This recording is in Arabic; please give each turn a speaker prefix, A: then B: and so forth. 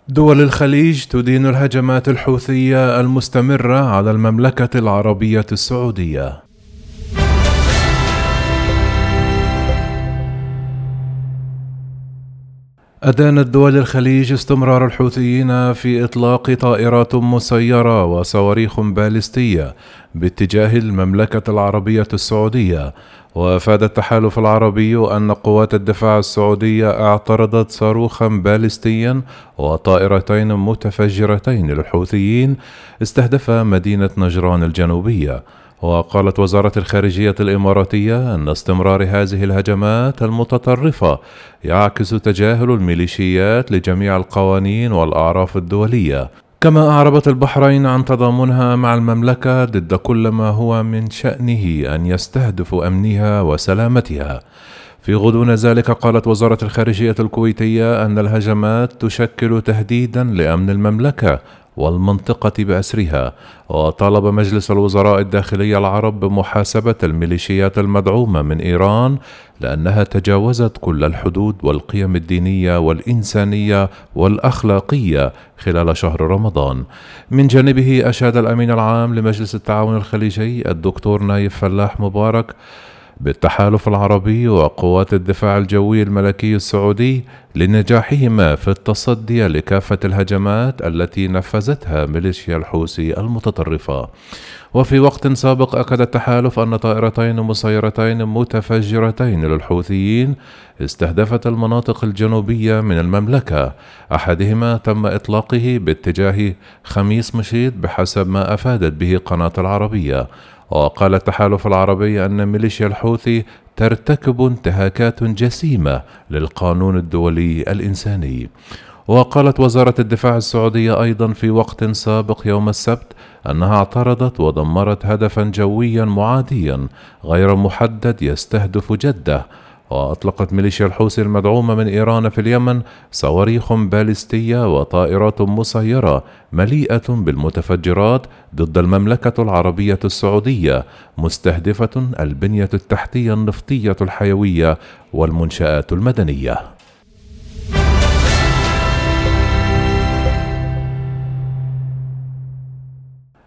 A: دول الخليج تدين الهجمات الحوثية المستمرة على المملكة العربية السعودية. أدانت دول الخليج استمرار الحوثيين في إطلاق طائرات مسيرة وصواريخ باليستية باتجاه المملكة العربية السعودية. وأفاد التحالف العربي أن قوات الدفاع السعودية اعترضت صاروخا باليستيا وطائرتين متفجرتين للحوثيين استهدف مدينة نجران الجنوبية. وقالت وزارة الخارجية الإماراتية أن استمرار هذه الهجمات المتطرفة يعكس تجاهل الميليشيات لجميع القوانين والأعراف الدولية. كما أعربت البحرين عن تضامنها مع المملكة ضد كل ما هو من شأنه أن يستهدف أمنها وسلامتها. في غضون ذلك قالت وزارة الخارجية الكويتية أن الهجمات تشكل تهديدا لأمن المملكة والمنطقة بأسرها. وطالب مجلس الوزراء الداخلي العرب بمحاسبة الميليشيات المدعومة من إيران لأنها تجاوزت كل الحدود والقيم الدينية والإنسانية والأخلاقية خلال شهر رمضان. من جانبه أشاد الأمين العام لمجلس التعاون الخليجي الدكتور نايف فلاح مبارك بالتحالف العربي وقوات الدفاع الجوي الملكي السعودي لنجاحهما في التصدي لكافة الهجمات التي نفذتها ميليشيا الحوثي المتطرفة. وفي وقت سابق أكد التحالف أن طائرتين مسيرتين متفجرتين للحوثيين استهدفت المناطق الجنوبية من المملكة، أحدهما تم إطلاقه باتجاه خميس مشيط بحسب ما أفادت به قناة العربية. وقال التحالف العربي أن ميليشيا الحوثي ترتكب انتهاكات جسيمة للقانون الدولي الإنساني. وقالت وزارة الدفاع السعودية أيضا في وقت سابق يوم السبت أنها اعترضت ودمرت هدفا جويا معاديا غير محدد يستهدف جدة. وأطلقت ميليشيا الحوثي المدعومة من إيران في اليمن صواريخ باليستية وطائرات مسيرة مليئة بالمتفجرات ضد المملكة العربية السعودية، مستهدفة البنية التحتية النفطية الحيوية والمنشآت المدنية.